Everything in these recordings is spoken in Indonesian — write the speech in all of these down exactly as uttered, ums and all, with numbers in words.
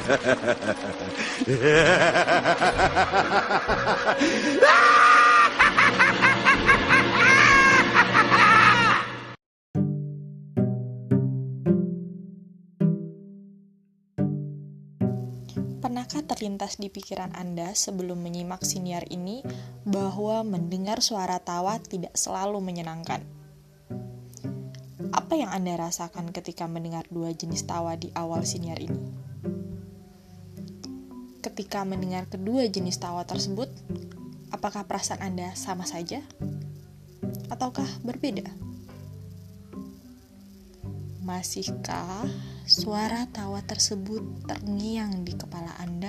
Pernahkah terlintas di pikiran Anda sebelum menyimak siniar ini bahwa mendengar suara tawa tidak selalu menyenangkan? Apa yang Anda rasakan ketika mendengar dua jenis tawa di awal siniar ini? Ketika mendengar kedua jenis tawa tersebut, apakah perasaan Anda sama saja? Ataukah berbeda? Masihkah suara tawa tersebut terngiang di kepala Anda?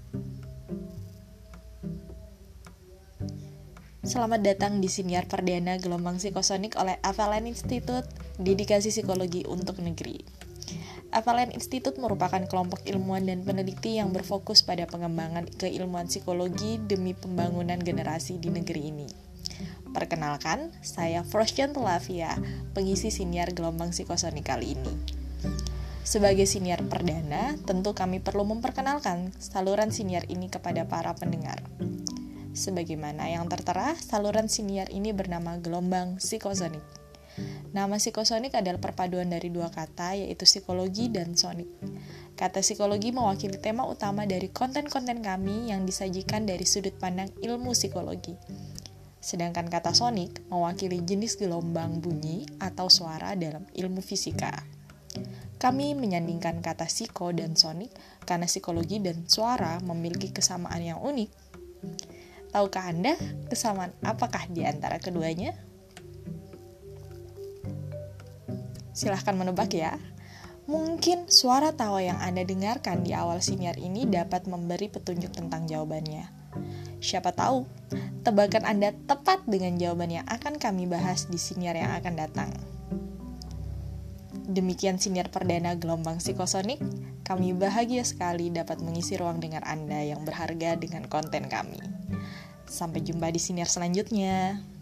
Selamat datang di siniar perdana Gelombang Psikosonik oleh Avallen Institute, Dedikasi Psikologi untuk Negeri. Avallen Institute merupakan kelompok ilmuwan dan peneliti yang berfokus pada pengembangan keilmuan psikologi demi pembangunan generasi di negeri ini. Perkenalkan, saya Frosjan Telavia, pengisi siniar Gelombang Psikosonik kali ini. Sebagai siniar perdana, tentu kami perlu memperkenalkan saluran siniar ini kepada para pendengar. Sebagaimana yang tertera, saluran siniar ini bernama Gelombang Psikosonik. Nama psikosonik adalah perpaduan dari dua kata, yaitu psikologi dan sonik. Kata psikologi mewakili tema utama dari konten-konten kami yang disajikan dari sudut pandang ilmu psikologi. Sedangkan kata sonik mewakili jenis gelombang bunyi atau suara dalam ilmu fisika. Kami menyandingkan kata psiko dan sonik karena psikologi dan suara memiliki kesamaan yang unik. Tahukah Anda kesamaan apakah di antara keduanya? Silahkan menebak ya. Mungkin suara tawa yang Anda dengarkan di awal siniar ini dapat memberi petunjuk tentang jawabannya. Siapa tahu, tebakan Anda tepat dengan jawaban yang akan kami bahas di siniar yang akan datang. Demikian siniar perdana Gelombang Psikosonik. Kami bahagia sekali dapat mengisi ruang dengar Anda yang berharga dengan konten kami. Sampai jumpa di siniar selanjutnya.